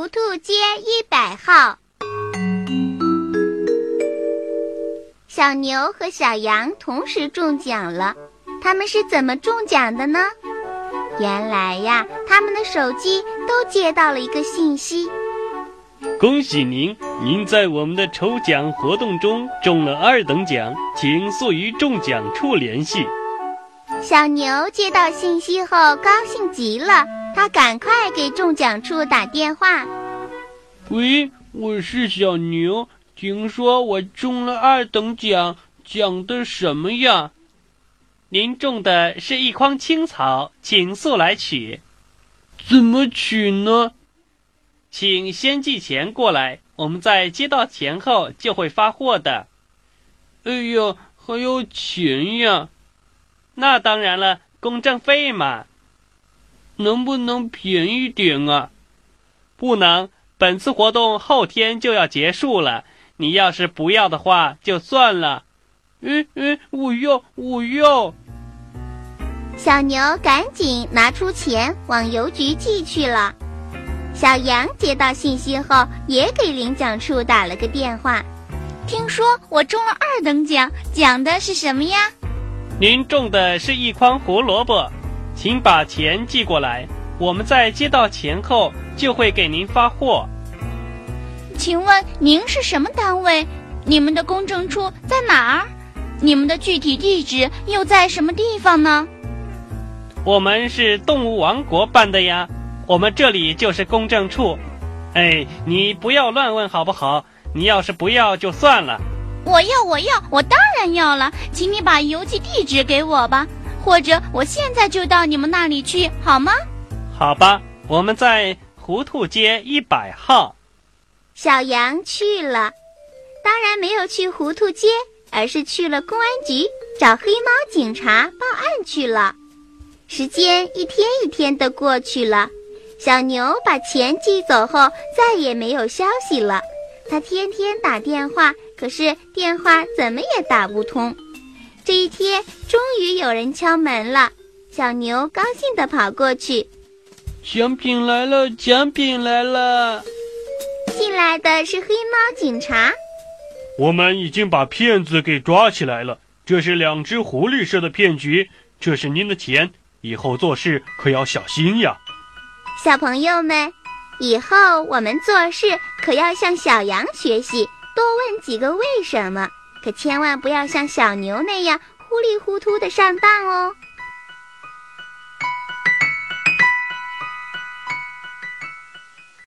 糊涂街100号。小牛和小羊同时中奖了，他们是怎么中奖的呢？原来呀，他们的手机都接到了一个信息： 恭喜您，您在我们的抽奖活动中中了2等奖，请速与中奖处联系。 小牛接到信息后高兴极了，他赶快给中奖处打电话。 喂，我是小牛，听说我中了2等奖，奖的什么呀？ 您中的是一筐青草，请速来取。 怎么取呢？ 请先寄钱过来，我们在接到钱后就会发货的。 哎呀，还要钱呀？ 那当然了，公证费嘛。 能不能便宜点啊？ 不能，本次活动后天就要结束了，你要是不要的话就算了。 我要。 小牛赶紧拿出钱往邮局寄去了。小羊接到信息后也给领奖处打了个电话。听说我中了2等奖，奖的是什么呀？ 您中的是一筐胡萝卜，请把钱寄过来，我们在接到钱后就会给您发货。 请问您是什么单位？你们的公证处在哪儿？你们的具体地址又在什么地方呢？ 我们是动物王国办的呀，我们这里就是公证处。你不要乱问好不好？你要是不要就算了。 我要，我当然要了，请你把邮寄地址给我吧，或者我现在就到你们那里去，好吗？ 好吧，我们在糊涂街100号。 小羊去了，当然没有去糊涂街，而是去了公安局找黑猫警察报案去了。时间一天一天的过去了，小牛把钱寄走后再也没有消息了。他天天打电话，可是电话怎么也打不通。这一天终于有人敲门了，小牛高兴地跑过去。 奖品来了，奖品来了！ 进来的是黑猫警察。 我们已经把骗子给抓起来了，这是2只狐狸设的骗局，这是您的钱，以后做事可要小心呀。 小朋友们，以后我们做事可要向小羊学习，多问几个为什么，可千万不要像小牛那样糊里糊涂的上当哦。